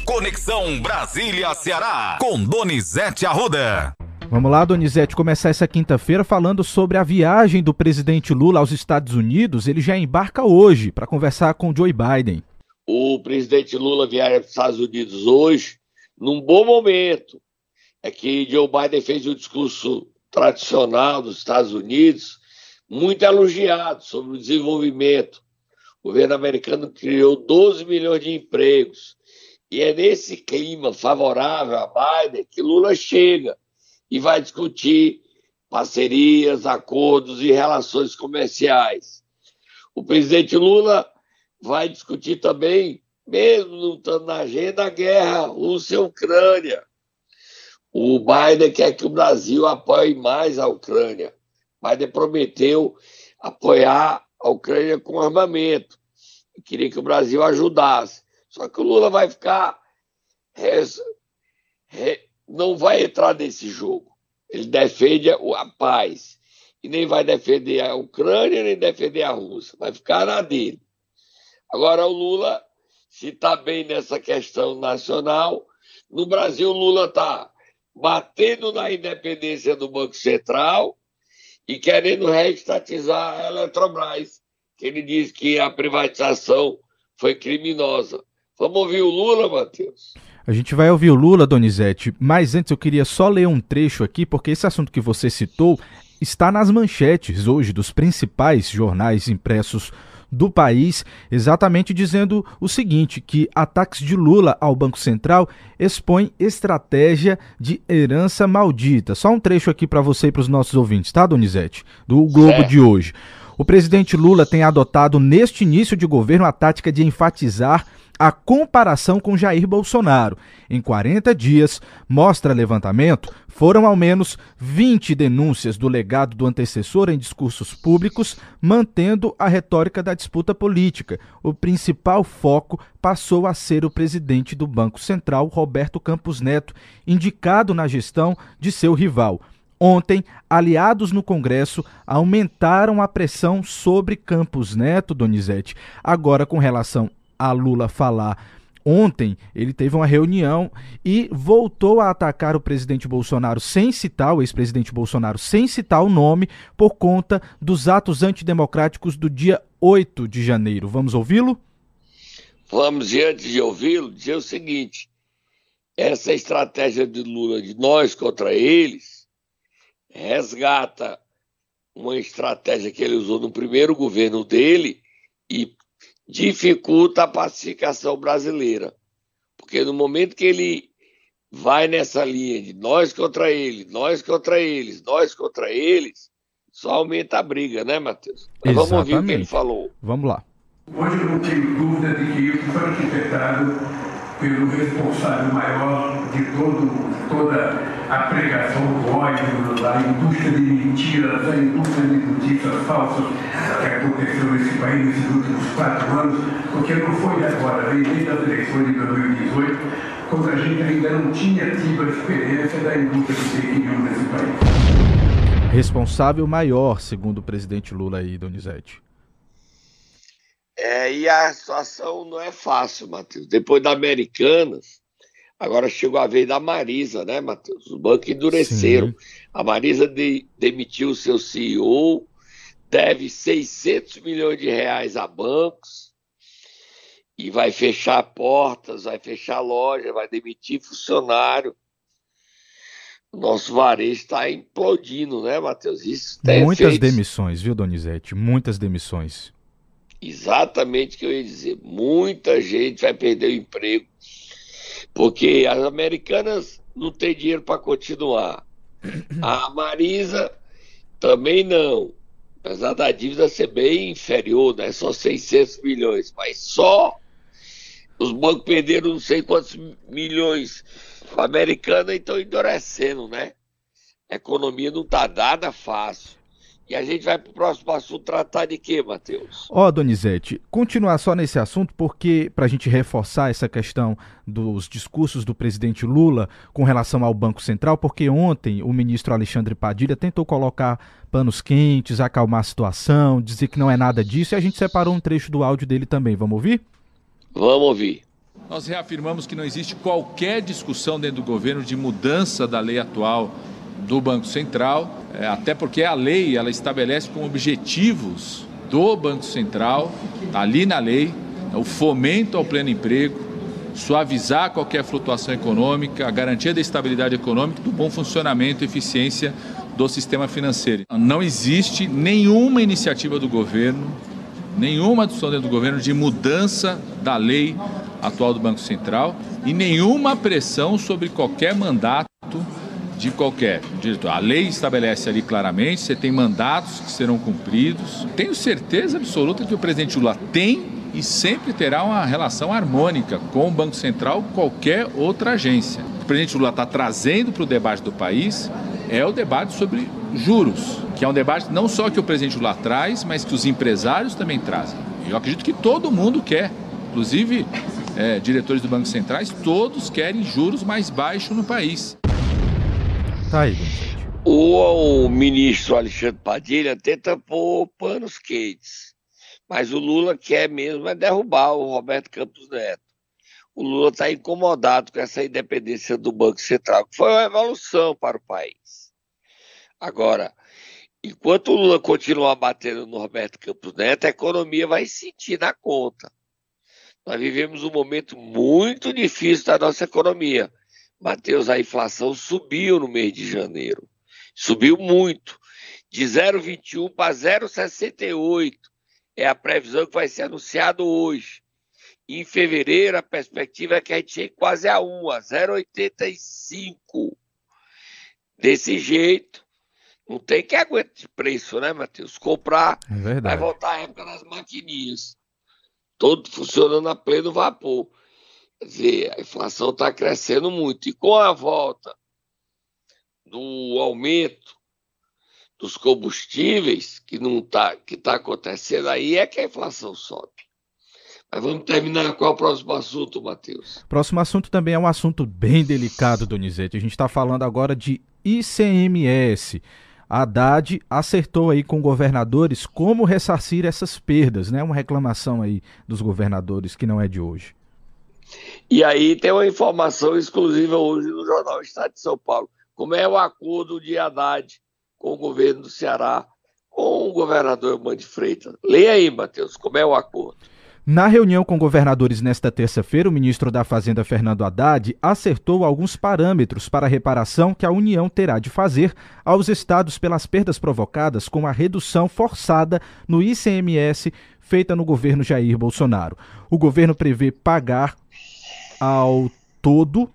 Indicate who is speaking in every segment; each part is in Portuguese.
Speaker 1: Conexão Brasília-Ceará, com Donizete Arruda.
Speaker 2: Vamos lá, Donizete, começar essa quinta-feira falando sobre a viagem do presidente Lula aos Estados Unidos. Ele já embarca hoje para conversar com Joe Biden.
Speaker 3: O presidente Lula viaja para os Estados Unidos hoje, num bom momento. É que Joe Biden fez um discurso tradicional dos Estados Unidos, muito elogiado sobre o desenvolvimento. O governo americano criou 12 milhões de empregos. E é nesse clima favorável a Biden que Lula chega e vai discutir parcerias, acordos e relações comerciais. O presidente Lula vai discutir também, mesmo não estando na agenda, a guerra Rússia-Ucrânia. O Biden quer que o Brasil apoie mais a Ucrânia. Biden prometeu apoiar a Ucrânia com armamento. Eu queria que o Brasil ajudasse. Só que o Lula vai ficar... não vai entrar nesse jogo. Ele defende a paz. E nem vai defender a Ucrânia, nem defender a Rússia. Vai ficar na dele. Agora, o Lula, se está bem nessa questão nacional, no Brasil o Lula está batendo na independência do Banco Central e querendo reestatizar a Eletrobras, que ele diz que a privatização foi criminosa. Vamos ouvir o Lula, Matheus?
Speaker 2: A gente vai ouvir o Lula, Donizete, mas antes eu queria só ler um trecho aqui, porque esse assunto que você citou está nas manchetes hoje dos principais jornais impressos do país, exatamente dizendo o seguinte, que ataques de Lula ao Banco Central expõem estratégia de herança maldita. Só um trecho aqui para você e para os nossos ouvintes, tá, Donizete? Do Globo de hoje. O presidente Lula tem adotado neste início de governo a tática de enfatizar a comparação com Jair Bolsonaro. Em 40 dias, mostra levantamento, foram ao menos 20 denúncias do legado do antecessor em discursos públicos, mantendo a retórica da disputa política. O principal foco passou a ser o presidente do Banco Central, Roberto Campos Neto, indicado na gestão de seu rival. Ontem, aliados no Congresso aumentaram a pressão sobre Campos Neto, Donizete. Agora, com relação a Lula falar, ontem ele teve uma reunião e voltou a atacar o presidente Bolsonaro sem citar, o ex-presidente Bolsonaro, sem citar o nome, por conta dos atos antidemocráticos do dia 8 de janeiro. Vamos ouvi-lo?
Speaker 3: Vamos, e antes de ouvi-lo, dizer o seguinte: essa estratégia de Lula de nós contra eles resgata uma estratégia que ele usou no primeiro governo dele e dificulta a pacificação brasileira. Porque no momento que ele vai nessa linha de nós contra eles, nós contra eles, nós contra eles, só aumenta a briga, né, Matheus? Mas vamos ouvir o que ele falou.
Speaker 2: Vamos lá.
Speaker 4: Hoje eu não tenho dúvida de que isso foi arquitetado pelo responsável maior de toda a pregação do ódio, da indústria de mentiras, da indústria de notícias falsas que aconteceu nesse país nesses últimos 4 anos, porque não foi agora, veio desde as eleições de 2018, quando a gente ainda não tinha tido a experiência da indústria de fake news nesse país.
Speaker 2: Responsável maior, segundo o presidente Lula aí, Donizete.
Speaker 3: E a situação não é fácil, Matheus. Depois da Americanas, agora chegou a vez da Marisa, né, Matheus? Os bancos endureceram. Sim. A Marisa demitiu o seu CEO, deve 600 milhões de reais a bancos e vai fechar portas, vai fechar loja, vai demitir funcionário. O nosso varejo está implodindo, né, Matheus? Isso tem
Speaker 2: muitas demissões, viu, Donizete? Muitas demissões.
Speaker 3: Exatamente o que eu ia dizer. Muita gente vai perder o emprego, porque as Americanas não têm dinheiro para continuar. A Marisa também não. Apesar da dívida ser bem inferior, né? Só 600 milhões. Mas só os bancos perderam não sei quantos milhões. A Americana estão endurecendo, né? A economia não está nada fácil. E a gente vai para o próximo assunto tratar de quê, Matheus?
Speaker 2: Donizete, continuar só nesse assunto, porque para a gente reforçar essa questão dos discursos do presidente Lula com relação ao Banco Central, porque ontem o ministro Alexandre Padilha tentou colocar panos quentes, acalmar a situação, dizer que não é nada disso, e a gente separou um trecho do áudio dele também. Vamos ouvir?
Speaker 3: Vamos ouvir.
Speaker 5: Nós reafirmamos que não existe qualquer discussão dentro do governo de mudança da lei atual do Banco Central, até porque a lei ela estabelece como objetivos do Banco Central, ali na lei, o fomento ao pleno emprego, suavizar qualquer flutuação econômica, a garantia da estabilidade econômica, do bom funcionamento e eficiência do sistema financeiro. Não existe nenhuma iniciativa do governo, nenhuma discussão dentro do governo de mudança da lei atual do Banco Central e nenhuma pressão sobre qualquer mandato de qualquer diretor. A lei estabelece ali claramente, você tem mandatos que serão cumpridos. Tenho certeza absoluta que o presidente Lula tem e sempre terá uma relação harmônica com o Banco Central ou qualquer outra agência. O que o presidente Lula está trazendo para o debate do país é o debate sobre juros, que é um debate não só que o presidente Lula traz, mas que os empresários também trazem. Eu acredito que todo mundo quer, inclusive diretores do Banco Centrais, todos querem juros mais baixos no país.
Speaker 2: Tá aí,
Speaker 3: o ministro Alexandre Padilha tenta pôr panos quentes, mas o Lula quer mesmo é derrubar o Roberto Campos Neto. O Lula está incomodado com essa independência do Banco Central, que foi uma revolução para o país. Agora, enquanto o Lula continuar batendo no Roberto Campos Neto, a economia vai sentir na conta. Nós vivemos um momento muito difícil da nossa economia. Matheus, a inflação subiu no mês de janeiro. Subiu muito. De 0,21 para 0,68. É a previsão que vai ser anunciada hoje. Em fevereiro, a perspectiva é que a gente chegue quase a 1, a 0,85. Desse jeito, não tem que aguentar de preço, né, Matheus? Comprar, vai voltar a época das maquininhas. Todo funcionando a pleno vapor. Quer dizer, a inflação está crescendo muito. E com a volta do aumento dos combustíveis, que está acontecendo aí, é que a inflação sobe. Mas vamos terminar com o próximo assunto, Matheus.
Speaker 2: Próximo assunto também é um assunto bem delicado, Donizete. A gente está falando agora de ICMS. A Haddad acertou aí com governadores como ressarcir essas perdas, né? Uma reclamação aí dos governadores que não é de hoje.
Speaker 3: E aí tem uma informação exclusiva hoje no Jornal Estado de São Paulo. Como é o acordo de Haddad com o governo do Ceará, com o governador Eumano de Freitas. Leia aí, Matheus, como é o acordo.
Speaker 2: Na reunião com governadores nesta terça-feira, o ministro da Fazenda, Fernando Haddad, acertou alguns parâmetros para a reparação que a União terá de fazer aos estados pelas perdas provocadas com a redução forçada no ICMS feita no governo Jair Bolsonaro. O governo prevê pagar ao todo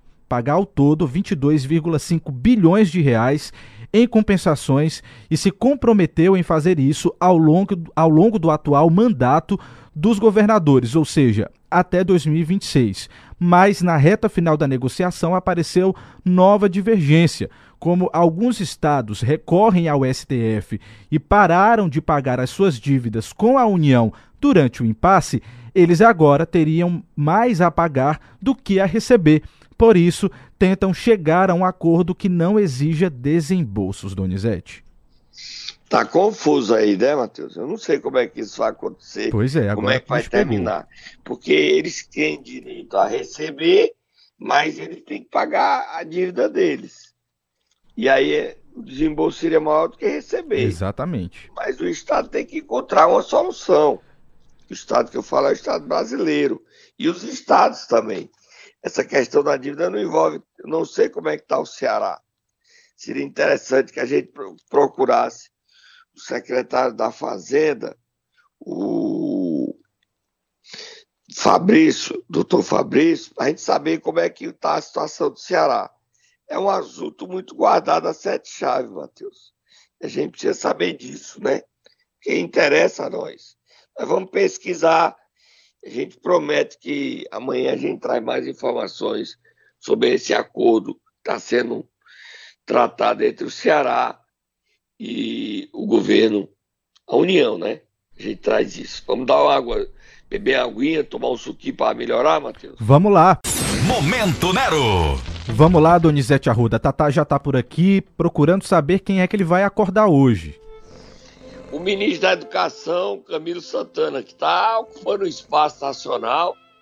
Speaker 2: 22,5 bilhões de reais em compensações e se comprometeu em fazer isso ao longo do atual mandato dos governadores, ou seja, até 2026. Mas na reta final da negociação apareceu nova divergência. Como alguns estados recorrem ao STF e pararam de pagar as suas dívidas com a União durante o impasse, eles agora teriam mais a pagar do que a receber. Por isso, tentam chegar a um acordo que não exija desembolsos, Donizete.
Speaker 3: Tá confuso aí, né, Matheus? Eu não sei como é que isso vai acontecer.
Speaker 2: Pois é, agora
Speaker 3: como é que vai terminar. Porque eles têm direito a receber, mas eles têm que pagar a dívida deles. E aí o desembolso seria maior do que receber.
Speaker 2: Exatamente.
Speaker 3: Mas o Estado tem que encontrar uma solução. O Estado que eu falo é o Estado brasileiro. E os estados também. Essa questão da dívida não envolve, eu não sei como é que está o Ceará. Seria interessante que a gente procurasse o secretário da Fazenda, o Fabrício, doutor Fabrício, para a gente saber como é que está a situação do Ceará. É um assunto muito guardado a 7 chaves, Matheus. A gente precisa saber disso, né? Porque interessa a nós. Nós vamos pesquisar. A gente promete que amanhã a gente traz mais informações sobre esse acordo que está sendo tratado entre o Ceará e o governo, a União, né? A gente traz isso. Vamos dar uma água, beber uma aguinha, tomar um suquinho para melhorar, Matheus?
Speaker 2: Vamos lá.
Speaker 1: Momento Nero.
Speaker 2: Vamos lá, Donizete Arruda. Tatá já está por aqui procurando saber quem é que ele vai acordar hoje.
Speaker 3: O ministro da Educação, Camilo Santana, que está ocupando o espaço nacional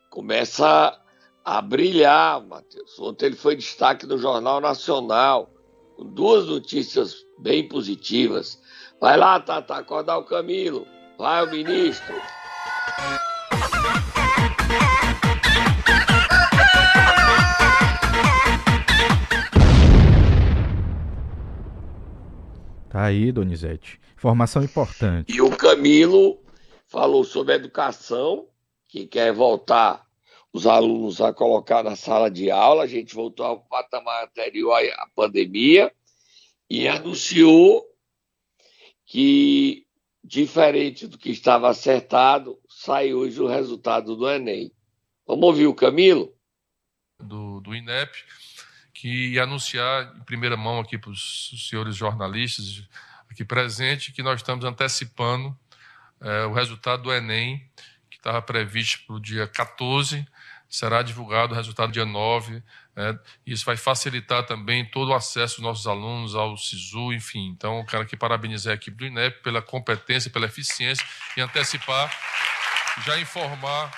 Speaker 3: começa a brilhar, Matheus. Ontem ele foi destaque no Jornal Nacional, com 2 notícias bem positivas. Vai lá, Tata, acordar o Camilo. Vai, o ministro.
Speaker 2: Tá aí, Donizete. Informação importante.
Speaker 3: E o Camilo falou sobre educação, que quer voltar os alunos a colocar na sala de aula. A gente voltou ao patamar anterior à pandemia e anunciou que, diferente do que estava acertado, sai hoje o resultado do Enem. Vamos ouvir o Camilo?
Speaker 6: Do INEP, que ia anunciar em primeira mão aqui para os senhores jornalistas aqui presentes que nós estamos antecipando o resultado do Enem, que estava previsto para o dia 14, será divulgado o resultado dia 9. Isso vai facilitar também todo o acesso dos nossos alunos ao SISU, enfim. Então, eu quero aqui parabenizar a equipe do INEP pela competência, pela eficiência e antecipar, já informar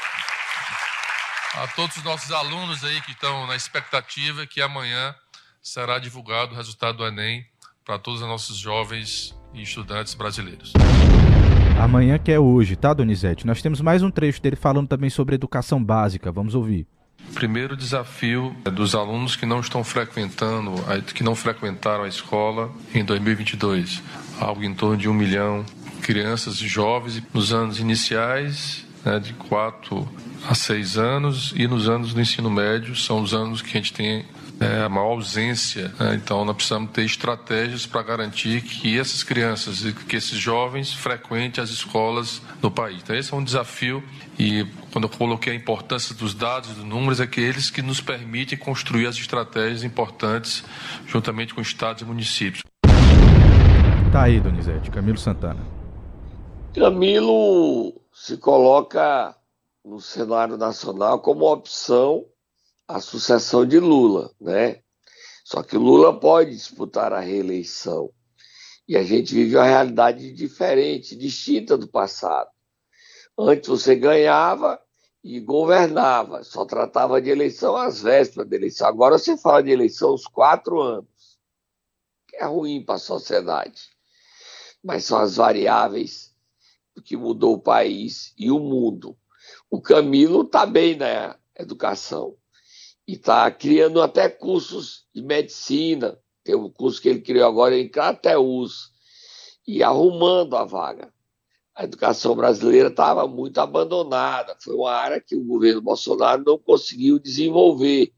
Speaker 6: a todos os nossos alunos aí que estão na expectativa que amanhã será divulgado o resultado do Enem para todos os nossos jovens e estudantes brasileiros.
Speaker 2: Amanhã que é hoje, tá, Donizete? Nós temos mais um trecho dele falando também sobre educação básica. Vamos ouvir.
Speaker 6: Primeiro desafio é dos alunos que não estão frequentando, que não frequentaram a escola em 2022. Algo em torno de 1 milhão de crianças e jovens nos anos iniciais, de 4 a 6 anos, e nos anos do ensino médio são os anos que a gente tem a maior ausência. Então, nós precisamos ter estratégias para garantir que essas crianças e que esses jovens frequentem as escolas do país. Então, esse é um desafio, e quando eu coloquei a importância dos dados e dos números, é que eles que nos permitem construir as estratégias importantes juntamente com estados e municípios.
Speaker 2: Tá aí, Donizete. Camilo Santana.
Speaker 3: Camilo se coloca no cenário nacional como opção a sucessão de Lula, né? Só que Lula pode disputar a reeleição. E a gente vive uma realidade diferente, distinta do passado. Antes você ganhava e governava, só tratava de eleição às vésperas da eleição. Agora você fala de eleição aos 4 anos, que é ruim para a sociedade. Mas são as variáveis que mudou o país e o mundo. O Camilo está bem na educação e está criando até cursos de medicina. Tem um curso que ele criou agora em Crateús e arrumando a vaga. A educação brasileira estava muito abandonada. Foi uma área que o governo Bolsonaro não conseguiu desenvolver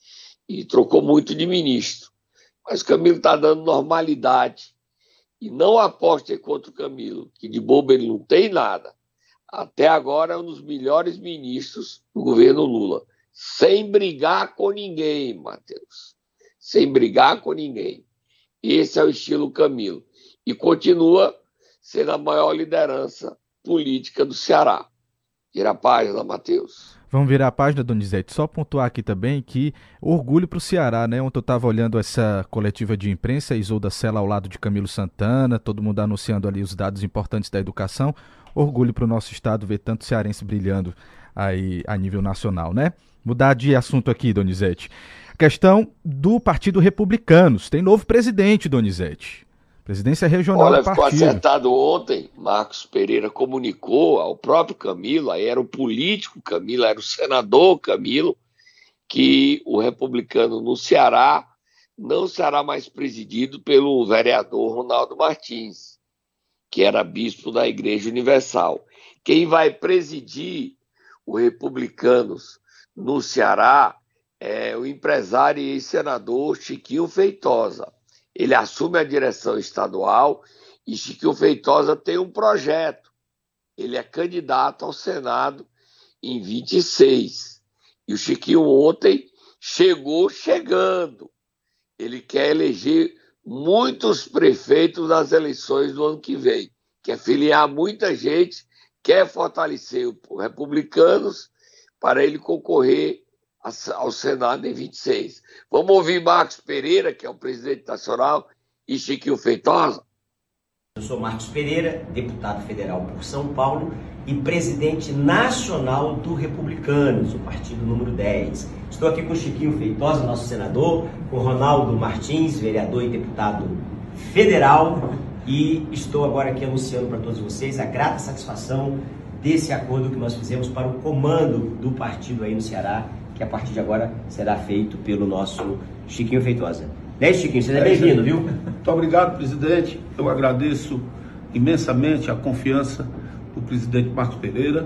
Speaker 3: e trocou muito de ministro. Mas o Camilo está dando normalidade. E não apostem contra o Camilo, que de bobo ele não tem nada. Até agora é um dos melhores ministros do governo Lula. Sem brigar com ninguém, Matheus. Sem brigar com ninguém. Esse é o estilo Camilo. E continua sendo a maior liderança política do Ceará. Vira a página, Matheus.
Speaker 2: Vamos virar a página, Donizete. Só pontuar aqui também que orgulho para o Ceará, né? Ontem eu estava olhando essa coletiva de imprensa, Isolda Sela ao lado de Camilo Santana, todo mundo anunciando ali os dados importantes da educação. Orgulho para o nosso estado ver tanto cearense brilhando aí a nível nacional, né? Mudar de assunto aqui, Donizete. Questão do Partido Republicanos. Tem novo presidente, Donizete. Presidência regional do partido.
Speaker 3: Ficou acertado ontem, Marcos Pereira comunicou ao próprio Camilo, aí era o político Camilo, era o senador Camilo, que o republicano no Ceará não será mais presidido pelo vereador Ronaldo Martins, que era bispo da Igreja Universal. Quem vai presidir o Republicanos no Ceará é o empresário e senador Chiquinho Feitosa. Ele assume a direção estadual e Chiquinho Feitosa tem um projeto. Ele é candidato ao Senado em 26. E o Chiquinho ontem chegou chegando. Ele quer eleger muitos prefeitos nas eleições do ano que vem. Quer filiar muita gente, quer fortalecer os republicanos para ele concorrer ao Senado em 26. Vamos ouvir Marcos Pereira, que é o presidente nacional, e Chiquinho Feitosa.
Speaker 7: Eu sou Marcos Pereira, deputado federal por São Paulo e presidente nacional do Republicanos, o partido número 10. Estou aqui com o Chiquinho Feitosa, nosso senador, com o Ronaldo Martins, vereador e deputado federal, e estou agora aqui anunciando para todos vocês a grata satisfação desse acordo que nós fizemos para o comando do partido aí no Ceará, que a partir de agora será feito pelo nosso Chiquinho Feitosa. Né, Chiquinho? Seja bem-vindo, viu?
Speaker 8: Muito obrigado, presidente. Eu agradeço imensamente a confiança do presidente Marcos Pereira.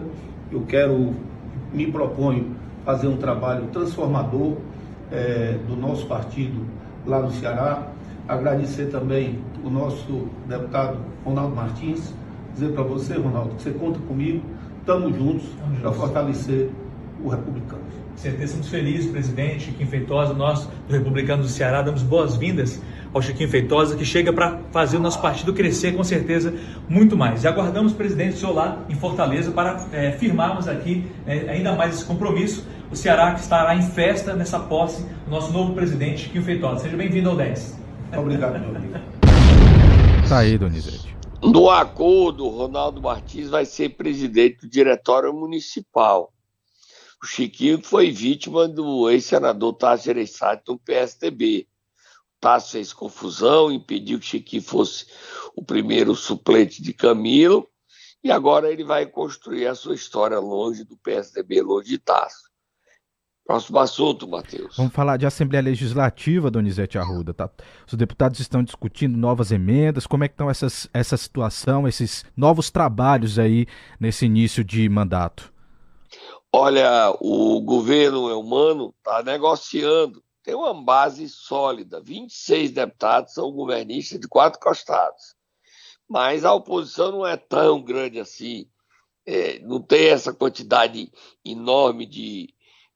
Speaker 8: Me proponho fazer um trabalho transformador do nosso partido lá no Ceará. Agradecer também o nosso deputado Ronaldo Martins. Dizer para você, Ronaldo, que você conta comigo. Estamos juntos para fortalecer o Republicano.
Speaker 9: Certeza, estamos felizes, presidente Chiquinho Feitosa, nós do Republicanos do Ceará damos boas-vindas ao Chiquinho Feitosa, que chega para fazer o nosso partido crescer com certeza muito mais. E aguardamos, presidente, o senhor lá em Fortaleza para firmarmos aqui ainda mais esse compromisso. O Ceará que estará em festa nessa posse do nosso novo presidente Chiquinho Feitosa. Seja bem-vindo ao 10.
Speaker 8: Obrigado, meu amigo.
Speaker 2: Tá aí, Donizete.
Speaker 3: No acordo, Ronaldo Martins vai ser presidente do Diretório Municipal. O Chiquinho foi vítima do ex-senador Tasso Gereissati do PSDB. O Tasso fez confusão, impediu que Chiquinho fosse o primeiro suplente de Camilo, e agora ele vai construir a sua história longe do PSDB, longe de Tasso. Próximo assunto, Matheus.
Speaker 2: Vamos falar de Assembleia Legislativa, Donizete Arruda. Tá? Os deputados estão discutindo novas emendas. Como é que estão essa situação, esses novos trabalhos aí nesse início de mandato?
Speaker 3: Olha, o governo Eumano está negociando, tem uma base sólida, 26 deputados são governistas de 4 costados, mas a oposição não é tão grande assim, não tem essa quantidade enorme de...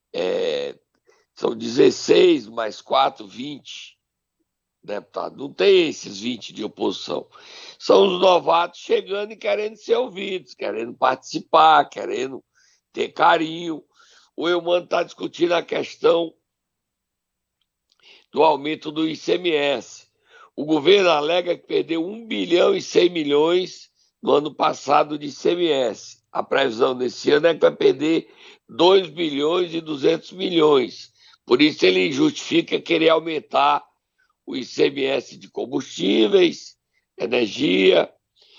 Speaker 3: são 16 mais 4, 20 deputados, não tem esses 20 de oposição, são os novatos chegando e querendo ser ouvidos, querendo participar, querendo ter carinho. O Eumano está discutindo a questão do aumento do ICMS. O governo alega que perdeu 1 bilhão e 100 milhões no ano passado de ICMS. A previsão desse ano é que vai perder 2 bilhões e 200 milhões. Por isso ele justifica querer aumentar o ICMS de combustíveis, energia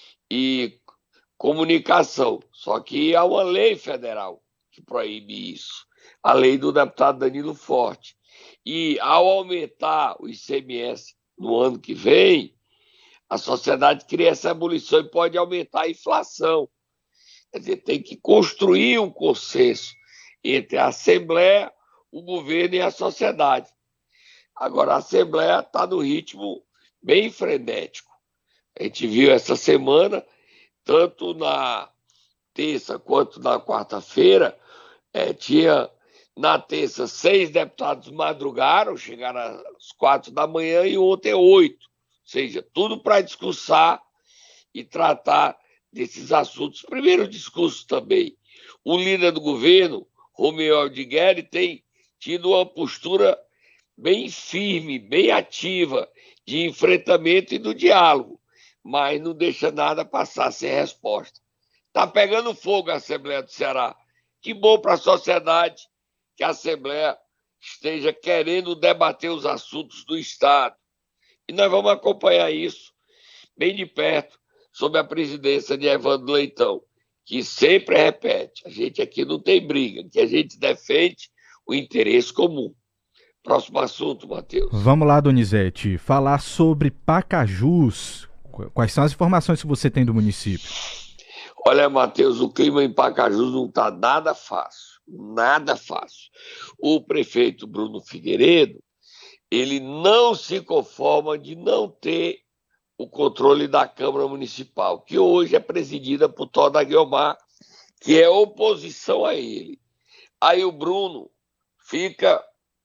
Speaker 3: e comunicação. Só que há uma lei federal que proíbe isso, a lei do deputado Danilo Forte. E ao aumentar o ICMS no ano que vem, a sociedade cria essa ebulição e pode aumentar a inflação. Quer dizer, tem que construir um consenso entre a Assembleia, o governo e a sociedade. Agora, a Assembleia está no ritmo bem frenético. A gente viu essa semana, tanto na terça quanto na quarta-feira, tinha na terça 6 deputados madrugaram, chegaram às 4 da manhã e ontem 8. Ou seja, tudo para discursar e tratar desses assuntos. Primeiro discurso também. O líder do governo, Romeu Aldigueri, tem tido uma postura bem firme, bem ativa de enfrentamento e do diálogo, mas não deixa nada passar sem resposta. Está pegando fogo a Assembleia do Ceará. Que bom para a sociedade que a Assembleia esteja querendo debater os assuntos do Estado. E nós vamos acompanhar isso bem de perto, sob a presidência de Evandro Leitão, que sempre repete, a gente aqui não tem briga, que a gente defende o interesse comum. Próximo assunto, Matheus.
Speaker 2: Vamos lá, Donizete, falar sobre Pacajus. Quais são as informações que você tem do município?
Speaker 3: Olha, Matheus, o clima em Pacajus não está nada fácil, nada fácil. O prefeito Bruno Figueiredo, ele não se conforma de não ter o controle da Câmara Municipal, que hoje é presidida por Toda Guiomar, que é oposição a ele. Aí o Bruno fica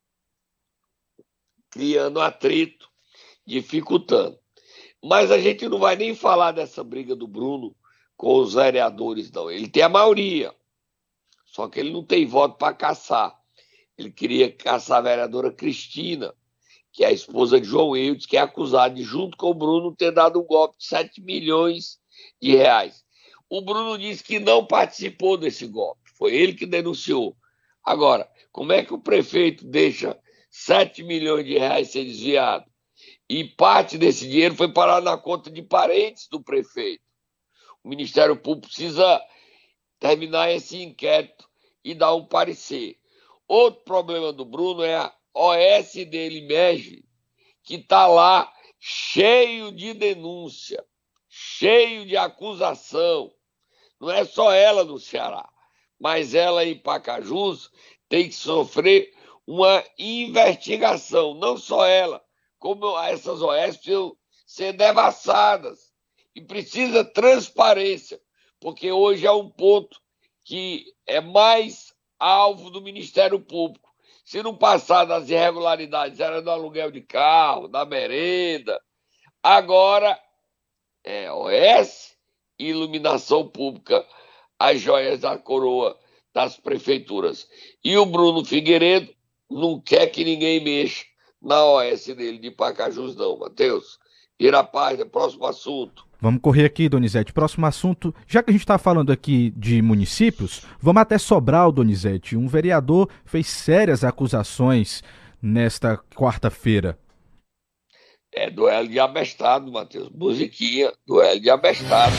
Speaker 3: criando atrito, dificultando. Mas a gente não vai nem falar dessa briga do Bruno com os vereadores, não. Ele tem a maioria, só que ele não tem voto para caçar. Ele queria caçar a vereadora Cristina, que é a esposa de João Eudes, que é acusada de, junto com o Bruno, ter dado um golpe de 7 milhões de reais. O Bruno disse que não participou desse golpe, foi ele que denunciou. Agora, como é que o prefeito deixa 7 milhões de reais ser desviado? E parte desse dinheiro foi parar na conta de parentes do prefeito. O Ministério Público precisa terminar esse inquérito e dar um parecer. Outro problema do Bruno é a OS dele, MEG, que está lá cheio de denúncia, cheio de acusação. Não é só ela no Ceará, mas ela em Pacajus tem que sofrer uma investigação. Não só ela, como essas OS precisam ser devassadas. E precisa transparência, porque hoje é um ponto que é mais alvo do Ministério Público. Se no passado as irregularidades eram do aluguel de carro, da merenda, agora é OS e iluminação pública, as joias da coroa das prefeituras. E o Bruno Figueiredo não quer que ninguém mexa na OS dele de Pacajus, não, Matheus. Vira a página, próximo assunto.
Speaker 2: Vamos correr aqui, Donizete. Próximo assunto, já que a gente está falando aqui de municípios, vamos até Sobral, Donizete. Um vereador fez sérias acusações nesta quarta-feira.
Speaker 3: É duelo de abestado, Matheus. Musiquinha, duelo de abestado.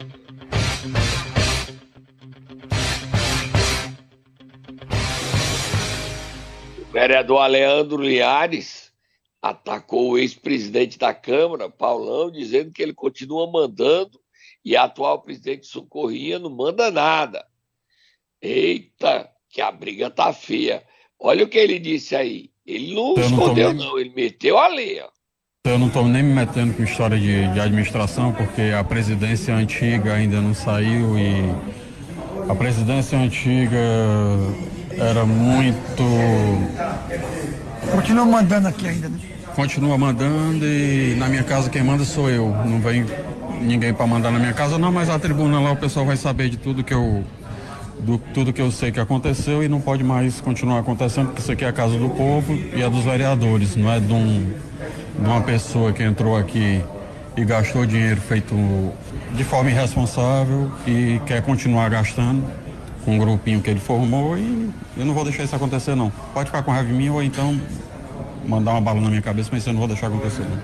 Speaker 3: O vereador Aleandro Linhares atacou o ex-presidente da Câmara, Paulão, dizendo que ele continua mandando e a atual presidente Socorrinha não manda nada. Eita, que a briga tá feia. Olha o que ele disse aí. Ele não escondeu, não. Ele meteu a lei, ó.
Speaker 10: Eu não estou nem me metendo com história de administração, porque a presidência antiga ainda não saiu e a presidência antiga era muito...
Speaker 11: Continua mandando aqui ainda, né?
Speaker 10: Continua mandando e na minha casa quem manda sou eu. Não vem ninguém para mandar na minha casa, não, mas a tribuna lá o pessoal vai saber de tudo que eu sei que aconteceu e não pode mais continuar acontecendo, porque isso aqui é a casa do povo e é dos vereadores, não é de uma pessoa que entrou aqui e gastou dinheiro feito de forma irresponsável e quer continuar gastando com um grupinho que ele formou e eu não vou deixar isso acontecer, não. Pode ficar com raiva de mim ou então mandar uma bala na minha cabeça, mas eu não vou deixar acontecer, não.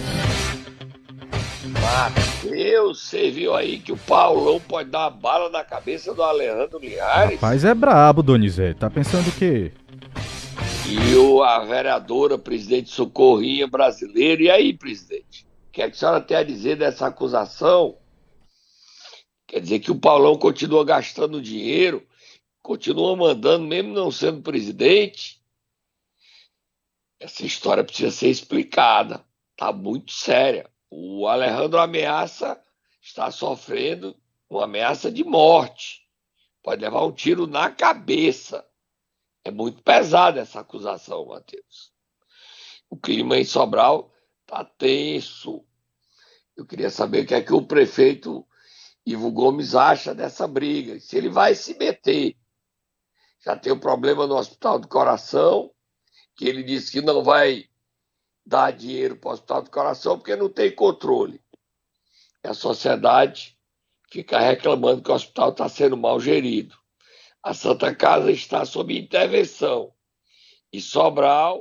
Speaker 3: Mateus, você viu aí que o Paulão pode dar uma bala na cabeça do Aleandro Linhares?
Speaker 2: Rapaz, é brabo, Donizete. Tá pensando o quê?
Speaker 3: E a vereadora, presidente Socorrinha brasileira. E aí, presidente? O que a senhora tem a dizer dessa acusação? Quer dizer que o Paulão continua gastando dinheiro, continua mandando, mesmo não sendo presidente? Essa história precisa ser explicada. Tá muito séria. O Alejandro está sofrendo uma ameaça de morte. Pode levar um tiro na cabeça. É muito pesada essa acusação, Matheus. O clima em Sobral está tenso. Eu queria saber o que é que o prefeito Ivo Gomes acha dessa briga. Se ele vai se meter. Já tem um problema no Hospital do Coração, que ele disse que não vai dar dinheiro para o Hospital do Coração porque não tem controle. A sociedade fica reclamando que o hospital está sendo mal gerido. A Santa Casa está sob intervenção. E Sobral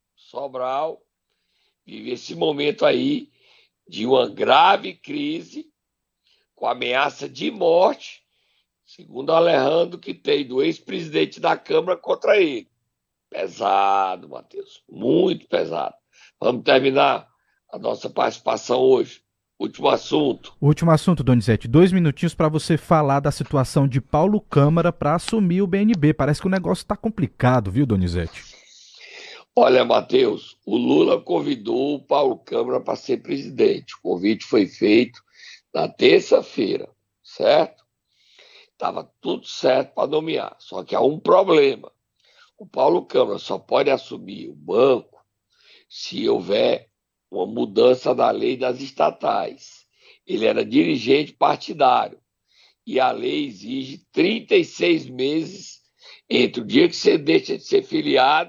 Speaker 3: vive esse momento aí de uma grave crise com ameaça de morte, segundo Alejandro, que tem do ex-presidente da Câmara contra ele. Pesado, Matheus, muito pesado. Vamos terminar a nossa participação hoje. Último assunto.
Speaker 2: Último assunto, Donizete. 2 minutinhos para você falar da situação de Paulo Câmara para assumir o BNB. Parece que o negócio está complicado, viu, Donizete?
Speaker 3: Olha, Matheus, o Lula convidou o Paulo Câmara para ser presidente. O convite foi feito na terça-feira, certo? Estava tudo certo para nomear. Só que há um problema. O Paulo Câmara só pode assumir o banco se houver uma mudança da lei das estatais. Ele era dirigente partidário e a lei exige 36 meses entre o dia que você deixa de ser filiado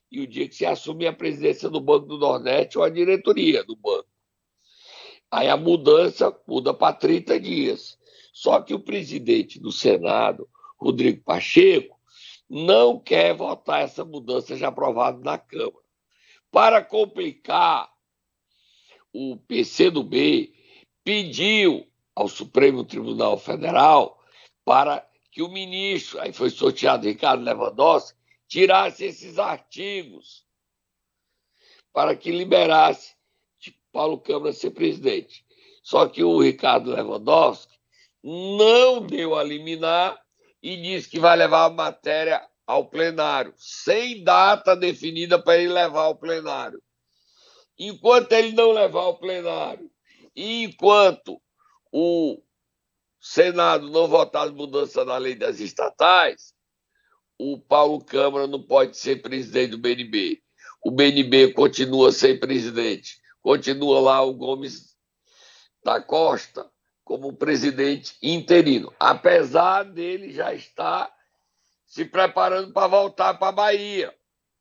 Speaker 3: e o dia que você assumir a presidência do Banco do Nordeste ou a diretoria do banco. Aí a mudança muda para 30 dias. Só que o presidente do Senado, Rodrigo Pacheco, não quer votar essa mudança já aprovada na Câmara. Para complicar, o PCdoB pediu ao Supremo Tribunal Federal para que o ministro, aí foi sorteado Ricardo Lewandowski, tirasse esses artigos para que liberasse Paulo Câmara ser presidente. Só que o Ricardo Lewandowski não deu a liminar e disse que vai levar a matéria ao plenário, sem data definida para ele levar ao plenário. Enquanto ele não levar ao plenário e enquanto o Senado não votar as mudanças na lei das estatais, o Paulo Câmara não pode ser presidente do BNB. O BNB continua sem presidente. Continua lá o Gomes da Costa como presidente interino, apesar dele já estar se preparando para voltar para a Bahia.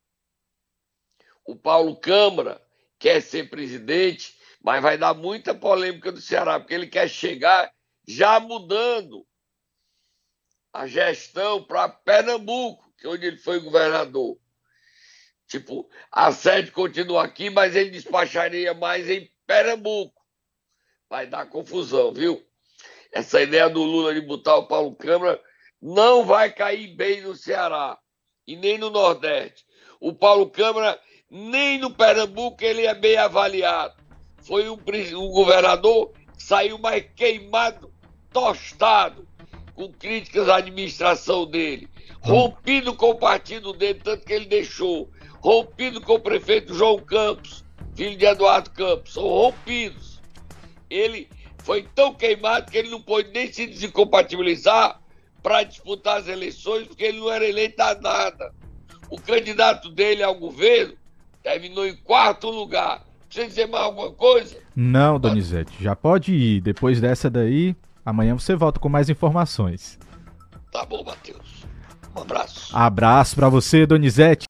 Speaker 3: O Paulo Câmara quer ser presidente, mas vai dar muita polêmica do Ceará, porque ele quer chegar já mudando a gestão para Pernambuco, que é onde ele foi governador. Tipo, a sede continua aqui, mas ele despacharia mais em Pernambuco. Vai dar confusão, viu? Essa ideia do Lula de botar o Paulo Câmara não vai cair bem no Ceará e nem no Nordeste. O Paulo Câmara, nem no Pernambuco, ele é bem avaliado. Foi um governador que saiu mais queimado, tostado, com críticas à administração dele, rompido com o partido dele, tanto que ele deixou, rompido com o prefeito João Campos, filho de Eduardo Campos, são rompidos. Ele foi tão queimado que ele não pôde nem se desincompatibilizar para disputar as eleições, porque ele não era eleito a nada. O candidato dele ao governo terminou em 4º lugar. Precisa dizer mais alguma coisa?
Speaker 2: Não, Donizete, já pode ir. Depois dessa daí, amanhã você volta com mais informações.
Speaker 3: Tá bom, Matheus. Um abraço.
Speaker 2: Abraço para você, Donizete.